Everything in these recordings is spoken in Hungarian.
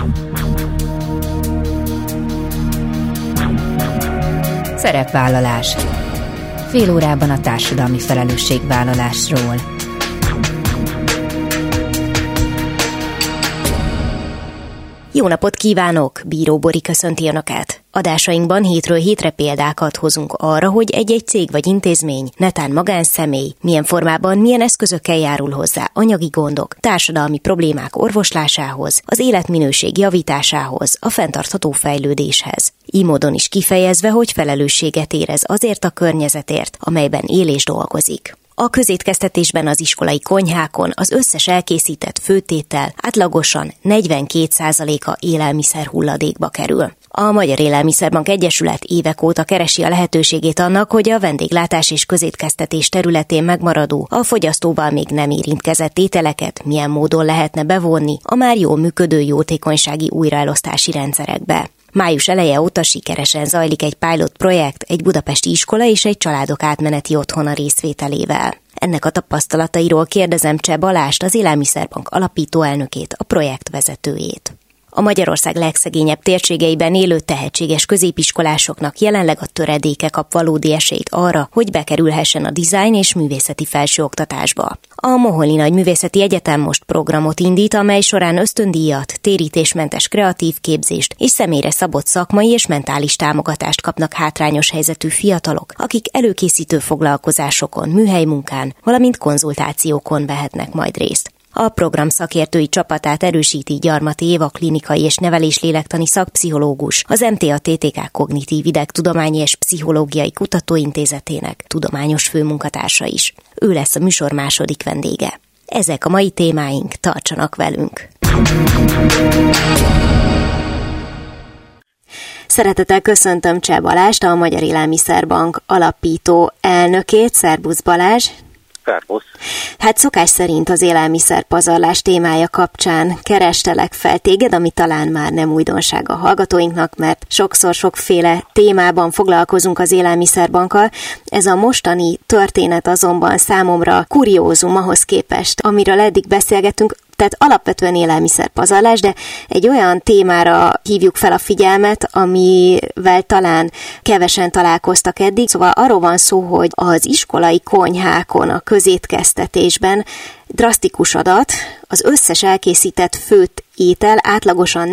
Szerepvállalás. Fél órában a társadalmi felelősségvállalásról. Jó napot kívánok! Bíró Bori köszönti Önöket! Adásainkban hétről hétre példákat hozunk arra, hogy egy-egy cég vagy intézmény, netán magánszemély, milyen formában, milyen eszközökkel járul hozzá anyagi gondok, társadalmi problémák orvoslásához, az életminőség javításához, a fenntartható fejlődéshez. Így módon is kifejezve, hogy felelősséget érez azért a környezetért, amelyben él és dolgozik. A közétkeztetésben az iskolai konyhákon az összes elkészített főtétel átlagosan 42%-a élelmiszer hulladékba kerül. A Magyar Élelmiszerbank Egyesület évek óta keresi a lehetőségét annak, hogy a vendéglátás és közétkeztetés területén megmaradó, a fogyasztóval még nem érintkezett ételeket milyen módon lehetne bevonni a már jól működő jótékonysági újraelosztási rendszerekbe. Május eleje óta sikeresen zajlik egy pilot projekt egy budapesti iskola és egy családok átmeneti otthona részvételével. Ennek a tapasztalatairól kérdezem Cseh Balást, az Élelmiszerbank alapító elnökét, a projekt vezetőjét. A Magyarország legszegényebb térségeiben élő tehetséges középiskolásoknak jelenleg a töredéke kap valódi esélyt arra, hogy bekerülhessen a dizájn és művészeti felsőoktatásba. A Mohyli Nagyművészeti Egyetem most programot indít, amely során ösztöndíjat, térítésmentes kreatív képzést és személyre szabott szakmai és mentális támogatást kapnak hátrányos helyzetű fiatalok, akik előkészítő foglalkozásokon, műhelymunkán, valamint konzultációkon vehetnek majd részt. A program szakértői csapatát erősíti Gyarmati Éva klinikai és neveléstlélektani szakpszichológus, az MTA-TTK Kognitív Idegtudományi és Pszichológiai Kutatóintézetének tudományos főmunkatársa is. Ő lesz a műsor második vendége. Ezek a mai témáink, tartsanak velünk! Szeretettel köszöntöm Cseh Balást, a Magyar Élelmiszerbank alapító elnökét. Szerbusz Balázs! Szervusz. Hát szokás szerint az élelmiszerpazarlás témája kapcsán kerestelek fel téged, ami talán már nem újdonság a hallgatóinknak, mert sokszor sokféle témában foglalkozunk az élelmiszerbankkal. Ez a mostani történet azonban számomra kuriózum ahhoz képest, amiről eddig beszélgettünk. Tehát alapvetően élelmiszerpazarlás, de egy olyan témára hívjuk fel a figyelmet, amivel talán kevesen találkoztak eddig. Szóval arról van szó, hogy az iskolai konyhákon, a közétkeztetésben drasztikus adat, az összes elkészített főtt étel átlagosan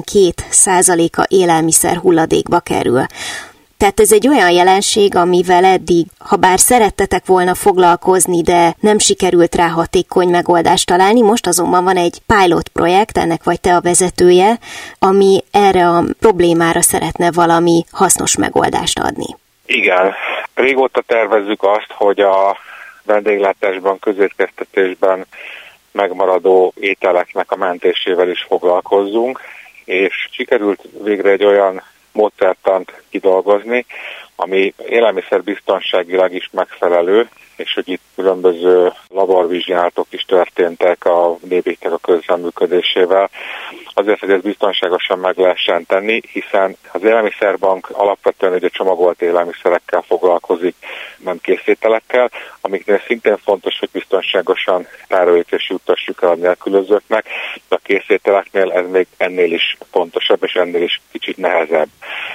42%-a élelmiszer hulladékba kerül. Tehát ez egy olyan jelenség, amivel eddig, ha bár szerettetek volna foglalkozni, de nem sikerült rá hatékony megoldást találni, most azonban van egy pilot projekt, ennek vagy te a vezetője, ami erre a problémára szeretne valami hasznos megoldást adni. Igen. Régóta tervezzük azt, hogy a vendéglátásban, közétkeztetésben megmaradó ételeknek a mentésével is foglalkozzunk, és sikerült végre egy olyan módszertant kidolgozni, ami élelmiszerbiztonságilag is megfelelő, és hogy itt különböző laborvizsgálatok is történtek a népéknek a közreműködésével, azért, hogy ezt biztonságosan meg lehessen tenni, hiszen az Élelmiszerbank alapvetően ugye csomagolt élelmiszerekkel foglalkozik, nem készételekkel, amiknél szintén fontos, hogy biztonságosan tároljuk és juttassuk el a nélkülözőknek, de a készételeknél ez még ennél is fontosabb, és ennél is kicsit nehezebb.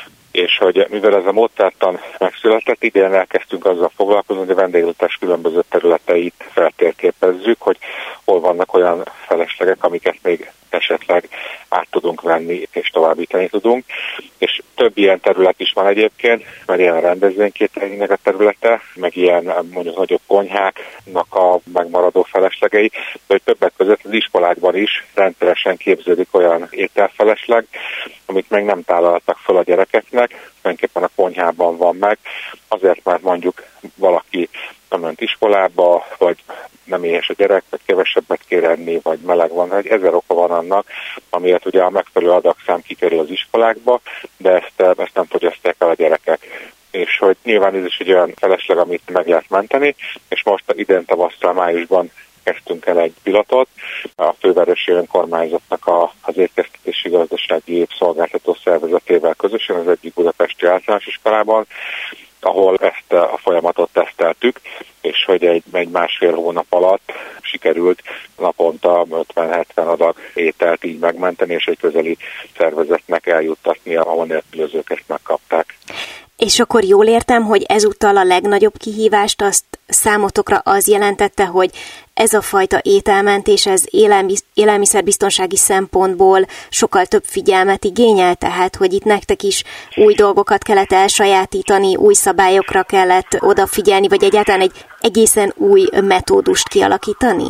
És hogy mivel ez a módszertan megszületett, idén elkezdtünk azzal foglalkozni, hogy a vendéglátás különböző területeit feltérképezzük, hogy hol vannak olyan feleslegek, amiket még esetleg át tudunk venni és továbbítani tudunk. És több ilyen terület is van egyébként, mert ilyen a rendezvénykételénynek a területe, meg ilyen mondjuk nagyobb konyháknak a megmaradó feleslegei, de hogy többek között az iskolákban is rendszeresen képződik olyan ételfelesleg, amit meg nem tálaltak fel a gyerekeknek, tulajdonképpen a konyhában van meg, azért mert mondjuk valaki nem ment iskolába, vagy nem éhes a gyerek, vagy kevesebbet kér enni, vagy meleg van, hogy 1000 oka van annak, amiért ugye a megfelelő adagszám kikerül az iskolákba, de ezt nem fogyasztják el a gyerekek. És hogy nyilván ez is egy olyan felesleg, amit meg lehet menteni, és most idén tavasszal, májusban kezdtünk el egy pilotot a fővárosi önkormányzatnak az étkeztetési gazdasági szolgáltató szervezetével közösen az egyik budapesti általános iskolában, ahol ezt a folyamatot teszteltük, és hogy egy másfél hónap alatt sikerült naponta 50-70 adag ételt így megmenteni, és egy közel közeli szervezetnek eljuttatni, ahol nélkülözők ezt megkapták. És akkor jól értem, hogy ezúttal a legnagyobb kihívást azt számotokra az jelentette, hogy ez a fajta ételmentés, ez élelmiszerbiztonsági szempontból sokkal több figyelmet igényel, tehát hogy itt nektek is új dolgokat kellett elsajátítani, új szabályokra kellett odafigyelni, vagy egyáltalán egy egészen új metódust kialakítani?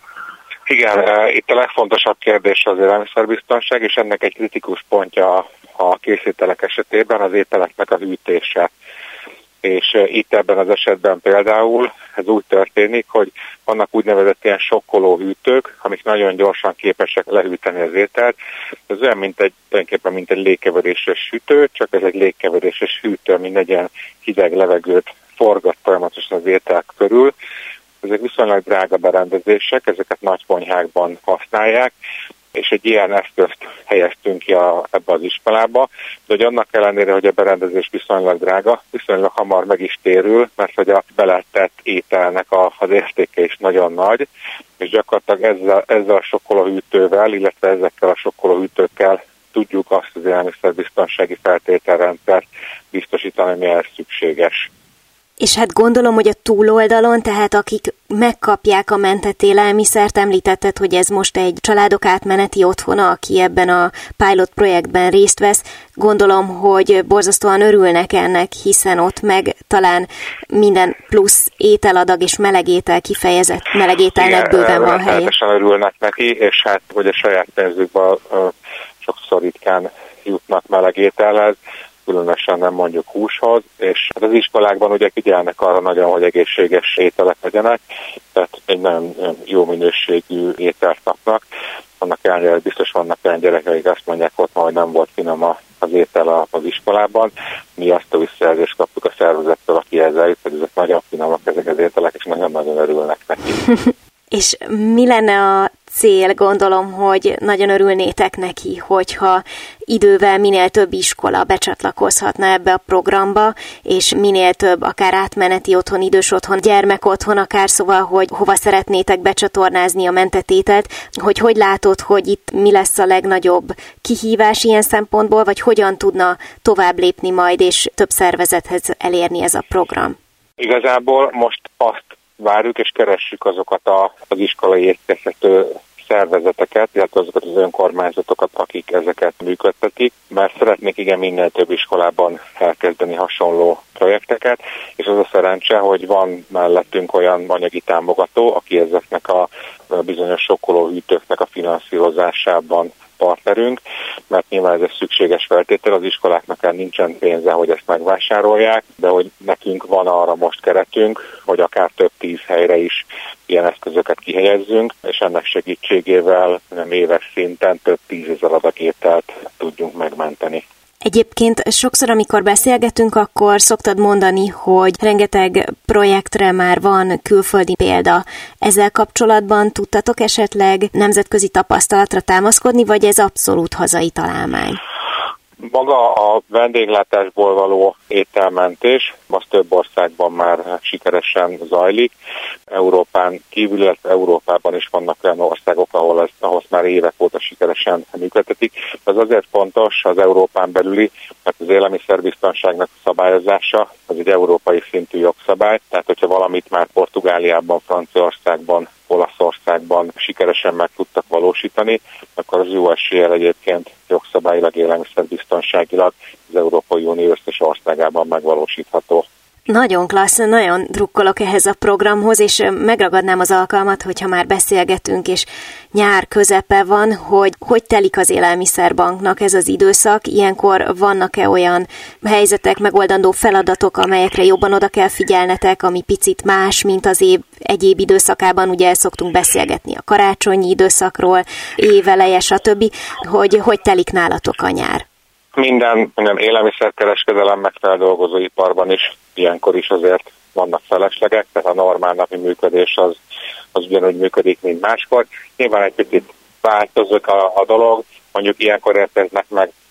Igen, itt a legfontosabb kérdés az élelmiszerbiztonság, és ennek egy kritikus pontja a készételek esetében az ételeknek az hűtése. És itt ebben az esetben például ez úgy történik, hogy vannak úgynevezett ilyen sokkoló hűtők, amik nagyon gyorsan képesek lehűteni az ételt. Ez olyan, tulajdonképpen mint egy légkeveréses hűtő, csak ez egy légkeveréses hűtő, ami egy ilyen hideg levegőt forgat folyamatosan az étel körül. Ezek viszonylag drága berendezések, ezeket nagy konyhákban használják, és egy ilyen eszközt helyeztünk ki ebbe az iskolába, de hogy annak ellenére, hogy a berendezés viszonylag drága, viszonylag hamar meg is térül, mert hogy a beletett ételnek az értéke is nagyon nagy, és gyakorlatilag ezzel a sokkolóhűtővel, illetve ezekkel a sokkolóhűtőkkel tudjuk azt az élelmiszerbiztonsági feltételrendszert biztosítani, ami ehhez szükséges. És hát gondolom, hogy a túloldalon, tehát akik megkapják a mentett élelmiszert, említetted, hogy ez most egy családok átmeneti otthona, aki ebben a pilot projektben részt vesz. Gondolom, hogy borzasztóan örülnek ennek, hiszen ott meg talán minden plusz ételadag és melegétel kifejezett melegételnek bőven van helye. Igen, örülnek neki, és hát, hogy a saját pénzükből sokszor ritkán jutnak melegételhez, különösen nem mondjuk húshoz, és az iskolákban ugye figyelnek arra nagyon, hogy egészséges ételek legyenek, tehát egy nagyon jó minőségű ételt kapnak. Biztos vannak olyan gyerekek, akik azt mondják, hogy majd nem volt finom az étel az iskolában. Mi azt a visszajelzést kaptuk a szervezettől, aki ezzel jut, hogy ezek nagyon finomak ezek az ételek, és nagyon-nagyon örülnek neki. És mi lenne a cél? Gondolom, hogy nagyon örülnétek neki, hogyha idővel minél több iskola becsatlakozhatna ebbe a programba, és minél több akár átmeneti otthon, idős otthon, gyermekotthon, akár szóval, hogy hova szeretnétek becsatornázni a mentett ételt, hogy látod, hogy itt mi lesz a legnagyobb kihívás ilyen szempontból, vagy hogyan tudna tovább lépni majd, és több szervezethez elérni ez a program? Igazából most azt várjuk és keressük azokat az iskolai étkeztető szervezeteket, illetve azokat az önkormányzatokat, akik ezeket működtetik, mert szeretnék igen minél több iskolában elkezdeni hasonló projekteket, és az a szerencse, hogy van mellettünk olyan anyagi támogató, aki ezeknek a bizonyos sokkolóhűtőknek a finanszírozásában partnerünk, mert nyilván ez egy szükséges feltétel, az iskoláknak nincsen pénze, hogy ezt megvásárolják, de hogy nekünk van arra most keretünk, hogy akár több 10 helyre is ilyen eszközöket kihelyezzünk, és ennek segítségével nem éves szinten több 10 000 adag ételt tudjunk megmenteni. Egyébként sokszor, amikor beszélgetünk, akkor szoktad mondani, hogy rengeteg projektre már van külföldi példa. Ezzel kapcsolatban tudtatok esetleg nemzetközi tapasztalatra támaszkodni, vagy ez abszolút hazai találmány? Maga a vendéglátásból való ételmentés, az több országban már sikeresen zajlik. Európán kívül, illetve Európában is vannak olyan országok, ahol már évek óta sikeresen működtetik. Ez azért fontos az Európán belüli, mert az élelmiszerbiztonságnak a szabályozása az egy európai szintű jogszabály. Tehát, hogyha valamit már Portugáliában, Franciaországban, Olaszországban sikeresen meg tudtak valósítani, akkor az jó eséllyel egyébként jogszabályilag, élelmiszerbiztonságilag az Európai Unió összes országában megvalósítható. Nagyon klassz, nagyon drukkolok ehhez a programhoz, és megragadnám az alkalmat, hogyha már beszélgetünk, és nyár közepe van, hogy telik az élelmiszerbanknak ez az időszak. Ilyenkor vannak-e olyan helyzetek, megoldandó feladatok, amelyekre jobban oda kell figyelnetek, ami picit más, mint az év egyéb időszakában, ugye szoktunk beszélgetni a karácsonyi időszakról, éveleje, stb., hogy telik nálatok a nyár? Minden élelmiszerkereskedelem megfeldolgozóiparban is ilyenkor is azért vannak feleslegek, tehát a normál napi működés az ugyanúgy működik, mint máskor. Nyilván egy picit változik a dolog, mondjuk ilyenkor érkeznek meg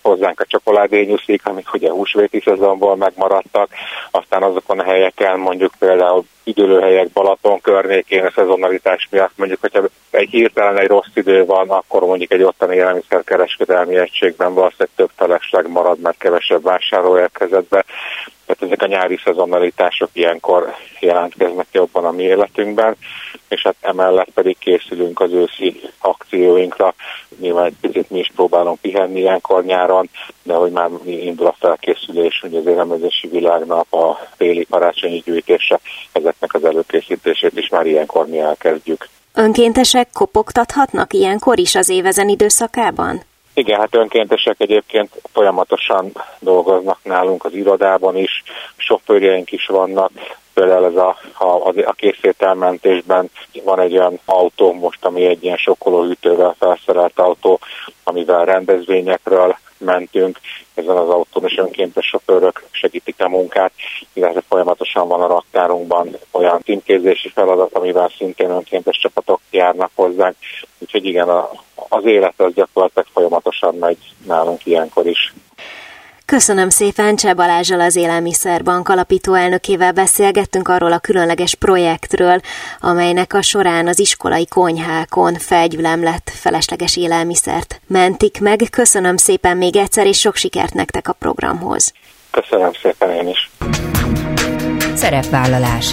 hozzánk a csokoládényuszik, amik ugye húsvéti szezonból megmaradtak, aztán azokon a helyeken, mondjuk például üdülőhelyek Balaton környékén a szezonalitás miatt, mondjuk, hogyha hirtelen egy rossz idő van, akkor mondjuk egy ottani élelmiszerkereskedelmi egységben valószínűleg több felesleg marad, mert kevesebb vásárló érkezett be. Tehát ezek a nyári szezonalitások ilyenkor jelentkeznek jobban a mi életünkben, és hát emellett pedig készülünk az őszi akcióinkra. Nyilván egy picit mi is próbálunk pihenni ilyenkor nyáron, de hogy már indul a felkészülés, hogy az élelmezési világnap, a téli karácsonyi gyűjtése, ezeknek az előkészítését is már ilyenkor mi elkezdjük. Önkéntesek kopogtathatnak ilyenkor is az évezen időszakában? Igen, hát önkéntesek egyébként folyamatosan dolgoznak nálunk az irodában is, sofőrjeink is vannak, például ez a készételmentésben van egy olyan autó most, ami egy ilyen sokkolóhűtővel felszerelt autó, amivel rendezvényekről mentünk, ezen az autón is önkéntes sofőrök segítik a munkát, illetve folyamatosan van a raktárunkban olyan címkézési feladat, amivel szintén önkéntes csapatok járnak hozzánk, úgyhogy igen, az élet az gyakorlatilag folyamatosan megy nálunk ilyenkor is. Köszönöm szépen, Cseh Balázsal, az Élelmiszerbank alapító elnökével beszélgettünk arról a különleges projektről, amelynek a során az iskolai konyhákon felgyülemlett felesleges élelmiszert mentik meg. Köszönöm szépen még egyszer, és sok sikert nektek a programhoz. Köszönöm szépen én is. Szerepvállalás.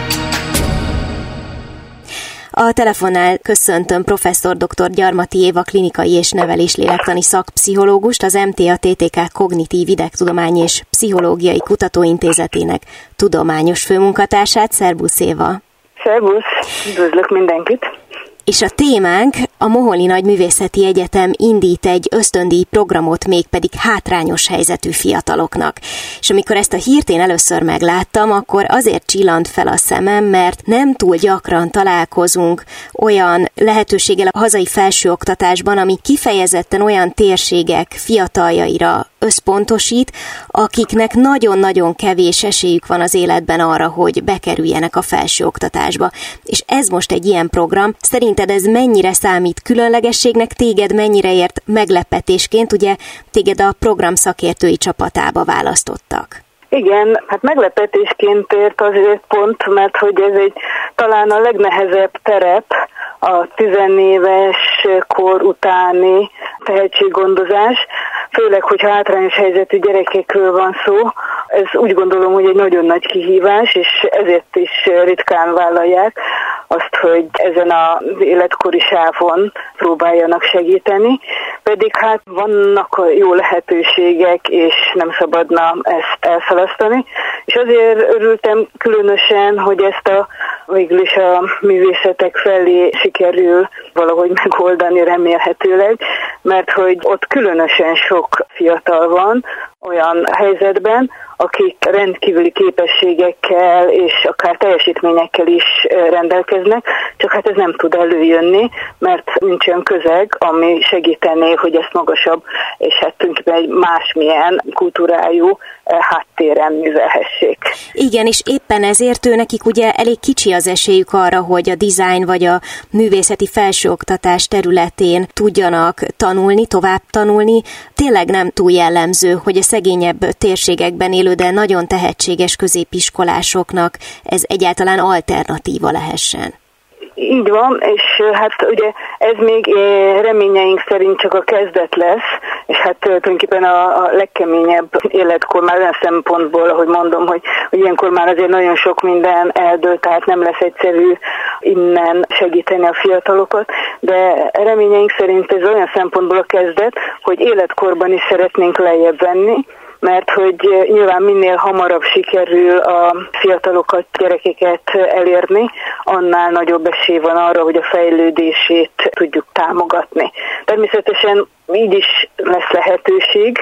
A telefonnál köszöntöm professzor dr. Gyarmati Éva klinikai és neveléstani szakpszichológust, az MTA-TTK Kognitív Idegtudományi és Pszichológiai Kutatóintézetének tudományos főmunkatársát. Szerbusz Éva! Szerbusz! Üdvözlök mindenkit! És a témánk: a Moholy Nagyművészeti Egyetem indít egy ösztöndíj programot, mégpedig hátrányos helyzetű fiataloknak. És amikor ezt a hírt én először megláttam, akkor azért csillant fel a szemem, mert nem túl gyakran találkozunk olyan lehetőséggel a hazai felsőoktatásban, ami kifejezetten olyan térségek fiataljaira összpontosít, akiknek nagyon-nagyon kevés esélyük van az életben arra, hogy bekerüljenek a felsőoktatásba. És ez most egy ilyen program. Szerinted ez mennyire számít különlegességnek, téged mennyire ért meglepetésként? Ugye téged a program szakértői csapatába választottak. Igen, hát meglepetésként ért azért pont, mert hogy ez talán a legnehezebb terep a 10 éves kor utáni tehetséggondozás, főleg, hogyha hátrányos helyzetű gyerekekről van szó. Ez úgy gondolom, hogy egy nagyon nagy kihívás, és ezért is ritkán vállalják azt, hogy ezen az életkori sávon próbáljanak segíteni. Pedig hát vannak jó lehetőségek, és nem szabadna ezt elszalasztani. És azért örültem különösen, hogy ezt végül is a művészetek felé sikerül valahogy megoldani remélhetőleg, mert hogy ott különösen sok fiatal van olyan helyzetben, akik rendkívüli képességekkel és akár teljesítményekkel is rendelkeznek, csak hát ez nem tud előjönni, mert nincs olyan közeg, ami segítené, hogy ezt magasabb, és hát tulajdonképpen egy másmilyen kultúrájú háttéren művelhessék. Igen, és éppen ezért nekik ugye elég kicsi az esélyük arra, hogy a design vagy a művészeti felsőoktatás területén tudjanak tanulni, tovább tanulni. Tényleg nem túl jellemző, hogy a szegényebb térségekben élő, de nagyon tehetséges középiskolásoknak ez egyáltalán alternatíva lehessen. Így van, és hát ugye ez még reményeink szerint csak a kezdet lesz, és hát tulajdonképpen a legkeményebb életkor már olyan szempontból, ahogy mondom, hogy ilyenkor már azért nagyon sok minden eldőlt, tehát nem lesz egyszerű innen segíteni a fiatalokat, de reményeink szerint ez olyan szempontból a kezdet, hogy életkorban is szeretnénk lejjebb venni, mert hogy nyilván minél hamarabb sikerül a fiatalokat, gyerekeket elérni, annál nagyobb esély van arra, hogy a fejlődését tudjuk támogatni. Természetesen így is lesz lehetőség,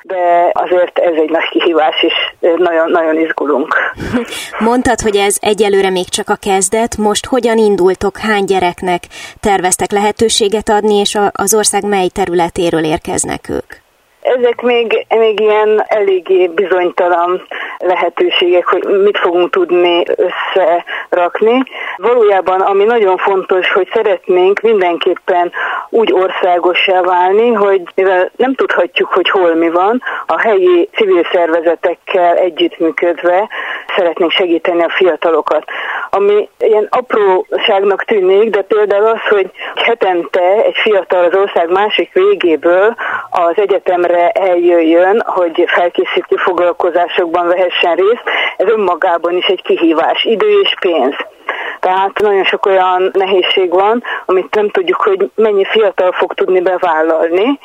de azért ez egy nagy kihívás, és nagyon, nagyon izgulunk. Mondtad, hogy ez egyelőre még csak a kezdet. Most hogyan indultok, hány gyereknek terveztek lehetőséget adni, és az ország mely területéről érkeznek ők? Ezek még ilyen eléggé bizonytalan lehetőségek, hogy mit fogunk tudni összerakni. Valójában, ami nagyon fontos, hogy szeretnénk mindenképpen úgy országossá válni, hogy mivel nem tudhatjuk, hogy hol mi van, a helyi civil szervezetekkel együttműködve szeretnénk segíteni a fiatalokat. Ami ilyen apróságnak tűnik, de például az, hogy hetente egy fiatal az ország másik végéből az egyetemre eljöjjön, hogy felkészítő foglalkozásokban vehessen részt, ez önmagában is egy kihívás, idő és pénz. Tehát nagyon sok olyan nehézség van, amit nem tudjuk, hogy mennyi fiatal fog tudni bevállalni.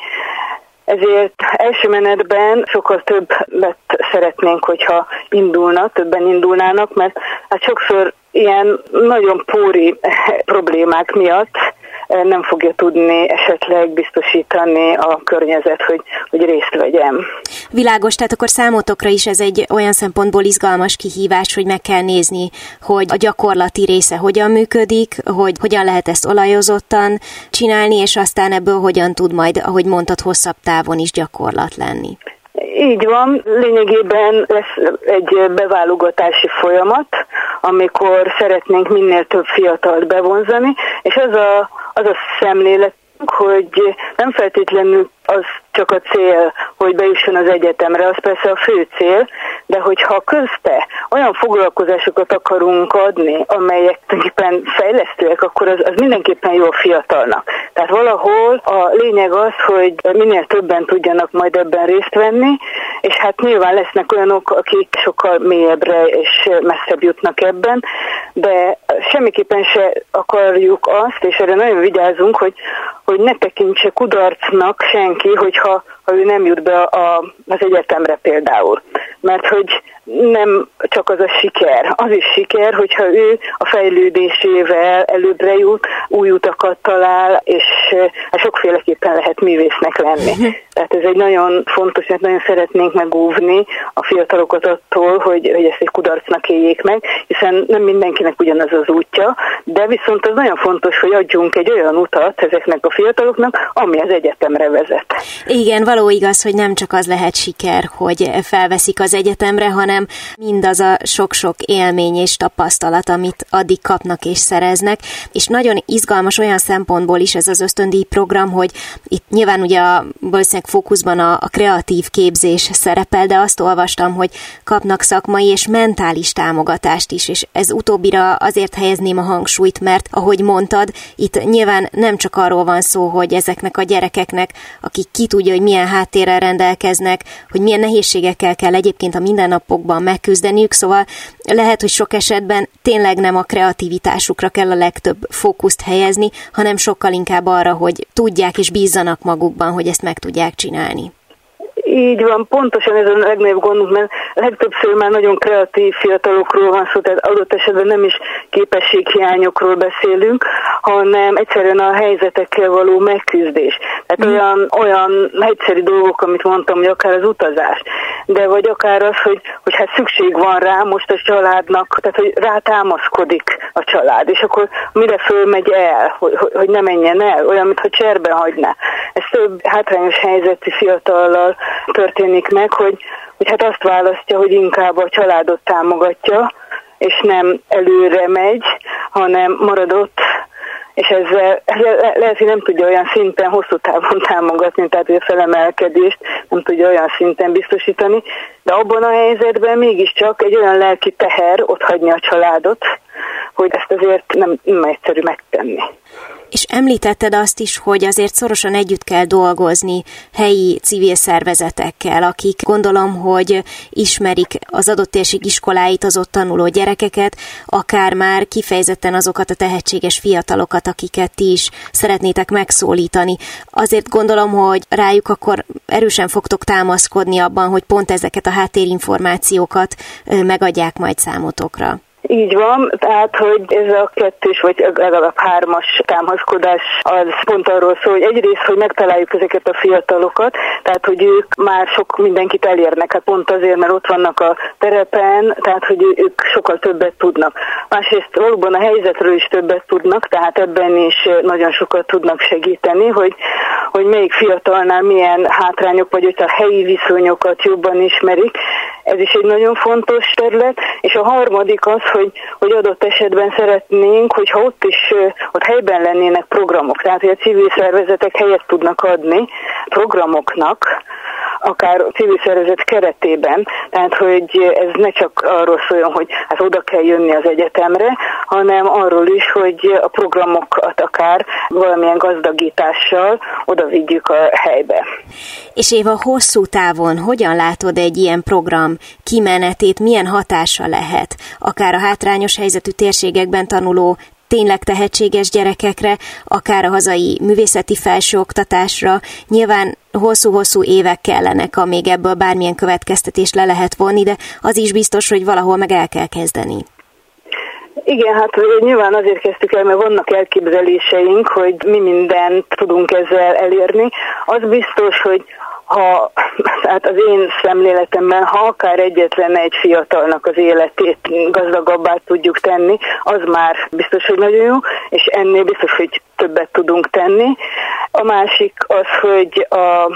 Ezért első menetben sokkal többet szeretnénk, hogyha többen indulnának, mert hát sokszor ilyen nagyon póri problémák miatt nem fogja tudni esetleg biztosítani a környezet, hogy részt vegyem. Világos, tehát akkor számotokra is ez egy olyan szempontból izgalmas kihívás, hogy meg kell nézni, hogy a gyakorlati része hogyan működik, hogy hogyan lehet ezt olajozottan csinálni, és aztán ebből hogyan tud majd, ahogy mondtad, hosszabb távon is gyakorlat lenni. Így van, lényegében lesz egy beválogatási folyamat, amikor szeretnénk minél több fiatalt bevonzani, és az a szemlélet, hogy nem feltétlenül az csak a cél, hogy bejusson az egyetemre, az persze a fő cél, de hogyha közte olyan foglalkozásokat akarunk adni, amelyek tulajdonképpen fejlesztőek, akkor az mindenképpen jó a fiatalnak. Tehát valahol a lényeg az, hogy minél többen tudjanak majd ebben részt venni, és hát nyilván lesznek olyanok, akik sokkal mélyebbre és messzebb jutnak ebben, de semmiképpen se akarjuk azt, és erre nagyon vigyázunk, hogy ne tekintse kudarcnak senki, hogyha ő nem jut be az egyetemre például. Mert hogy nem csak az a siker, az is siker, hogyha ő a fejlődésével előbbre jut, új utakat talál, és sokféleképpen lehet művésznek lenni. Tehát ez egy nagyon fontos, mert nagyon szeretnénk megóvni a fiatalokat attól, hogy ezt egy kudarcnak éljék meg, hiszen nem mindenkinek ugyanaz az útja, de viszont az nagyon fontos, hogy adjunk egy olyan utat ezeknek a fiataloknak, ami az egyetemre vezet. Igen, való igaz, hogy nem csak az lehet siker, hogy felveszik az egyetemre, hanem mindaz a sok-sok élmény és tapasztalat, amit addig kapnak és szereznek, és nagyon izgalmas olyan szempontból is ez az ösztöndíj program, hogy itt nyilván ugye valószínűleg fókuszban a kreatív képzés szerepel, de azt olvastam, hogy kapnak szakmai és mentális támogatást is, és ez utóbbira azért helyezném a hangsúlyt, mert ahogy mondtad, itt nyilván nem csak arról van szó, hogy ezeknek a gyerekeknek, akik ki tudja, hogy milyen háttérrel rendelkeznek, hogy milyen nehézségekkel kell egyébként a mindennapokban megküzdeniük, szóval lehet, hogy sok esetben tényleg nem a kreativitásukra kell a legtöbb fókuszt helyezni, hanem sokkal inkább arra, hogy tudják és bízzanak magukban, hogy ezt meg tudják csinálni. Így van, pontosan ez a legnagyobb gondunk, mert legtöbbször már nagyon kreatív fiatalokról van szó, tehát adott esetben nem is képességhiányokról beszélünk, hanem egyszerűen a helyzetekkel való megküzdés. Tehát olyan egyszerű dolgok, amit mondtam, hogy akár az utazás, de vagy akár az, hogy hát szükség van rá most a családnak, tehát hogy rátámaszkodik a család, és akkor mire fölmegy el, hogy ne menjen el, olyan, mintha cserben hagyná. Ez több hátrányos helyzetű fiatallal történik meg, hogy hát azt választja, hogy inkább a családot támogatja, és nem előre megy, hanem marad ott, és ezzel lehet, hogy nem tudja olyan szinten hosszú távon támogatni, tehát hogy a felemelkedést nem tudja olyan szinten biztosítani, de abban a helyzetben mégiscsak egy olyan lelki teher otthagyni a családot, hogy ezt azért nem egyszerű megtenni. És említetted azt is, hogy azért szorosan együtt kell dolgozni helyi civil szervezetekkel, akik gondolom, hogy ismerik az adott térség iskoláit, az ott tanuló gyerekeket, akár már kifejezetten azokat a tehetséges fiatalokat, akiket ti is szeretnétek megszólítani. Azért gondolom, hogy rájuk akkor erősen fogtok támaszkodni abban, hogy pont ezeket a háttérinformációkat megadják majd számotokra. Így van, tehát, hogy ez a 2-es vagy legalább 3-as támaszkodás az pont arról szól, hogy egyrészt, hogy megtaláljuk ezeket a fiatalokat, tehát, hogy ők már sok mindenkit elérnek, hát pont azért, mert ott vannak a terepen, tehát, hogy ők sokkal többet tudnak. Másrészt valóban a helyzetről is többet tudnak, tehát ebben is nagyon sokat tudnak segíteni, hogy melyik fiatalnál milyen hátrányok, vagy hogy a helyi viszonyokat jobban ismerik. Ez is egy nagyon fontos terület, és a harmadik az, hogy adott esetben szeretnénk, hogyha ott helyben lennének programok, tehát hogy a civil szervezetek helyet tudnak adni programoknak, akár a civil szervezet keretében, tehát hogy ez ne csak arról szóljon, hogy hát oda kell jönni az egyetemre, hanem arról is, hogy a programokat akár valamilyen gazdagítással oda vigyük a helybe. És Éva, hosszú távon hogyan látod egy ilyen program kimenetét, milyen hatása lehet akár a hátrányos helyzetű térségekben tanuló tényleg tehetséges gyerekekre, akár a hazai művészeti felsőoktatásra? Nyilván hosszú-hosszú évek kellenek, amíg ebből bármilyen következtetést le lehet vonni, de az is biztos, hogy valahol meg el kell kezdeni. Igen, hát nyilván azért kezdtük el, mert vannak elképzeléseink, hogy mi mindent tudunk ezzel elérni. Az biztos, hogy hát az én szemléletemben, ha akár egyetlen egy fiatalnak az életét gazdagabbá tudjuk tenni, az már biztos, hogy nagyon jó, és ennél biztos, hogy többet tudunk tenni. A másik az, hogy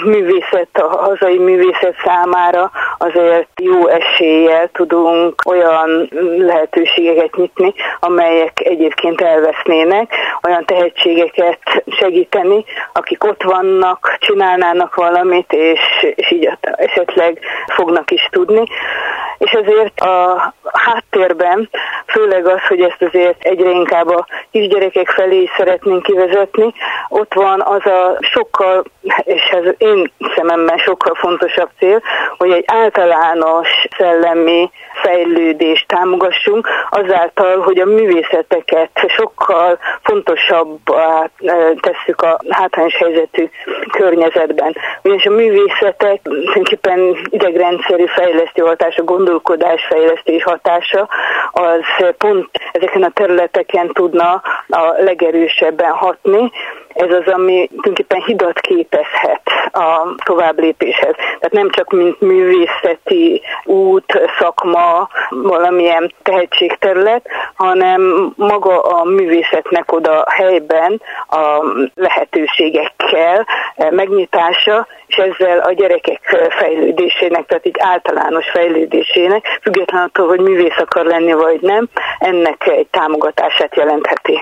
a hazai művészet számára azért jó eséllyel tudunk olyan lehetőségeket nyitni, amelyek egyébként elvesznének, olyan tehetségeket segíteni, akik ott vannak, csinálnának valamit, és így esetleg fognak is tudni. És azért a háttérben, főleg az, hogy ezt azért egyre inkább a kisgyerekek felé is szeretnénk kivezetni, ott van az a sokkal, és ez én szememben sokkal fontosabb cél, hogy egy általános szellemi fejlődést támogassunk, azáltal, hogy a művészeteket sokkal fontosabbá tesszük a hátrányos helyzetű környezetben. Ugyanis a művészetek tulajdonképpen idegrendszeri fejlesztő hatása, gondolkodásfejlesztés hatása, az pont ezeken a területeken tudna a legerősebben hatni. Ez az, ami tulajdonképpen hidat képezhet a továbblépéshez. Tehát nem csak mint művészeti út, szakma, valamilyen tehetségterület, hanem maga a művészetnek oda helyben a lehetőségekkel megnyitása, és ezzel a gyerekek fejlődésének, tehát így általános fejlődésének, függetlenül attól, hogy művész akar lenni vagy nem, ennek egy támogatását jelentheti.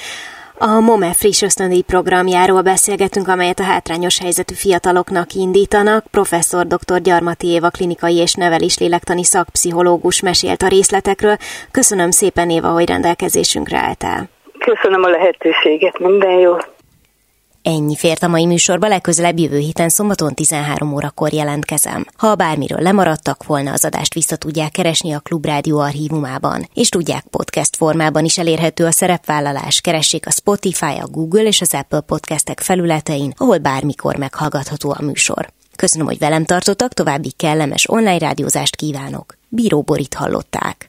A MOME friss ösztöndíj programjáról beszélgetünk, amelyet a hátrányos helyzetű fiataloknak indítanak. Professzor dr. Gyarmati Éva klinikai és neveléslélektani szakpszichológus mesélt a részletekről. Köszönöm szépen, Éva, hogy rendelkezésünkre álltál. Köszönöm a lehetőséget, minden jó. Ennyi fért a mai műsorba, legközelebb jövő héten szombaton 13 órakor jelentkezem. Ha bármiről lemaradtak volna, az adást vissza tudják keresni a Klubrádió archívumában, és tudják, podcast formában is elérhető a szerepvállalás. Keressék a Spotify, a Google és az Apple podcastek felületein, ahol bármikor meghallgatható a műsor. Köszönöm, hogy velem tartottak, további kellemes online rádiózást kívánok. Bíró Borit hallották.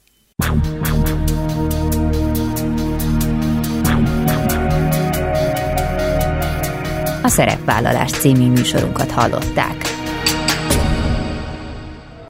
A Szerepvállalás című műsorunkat hallották.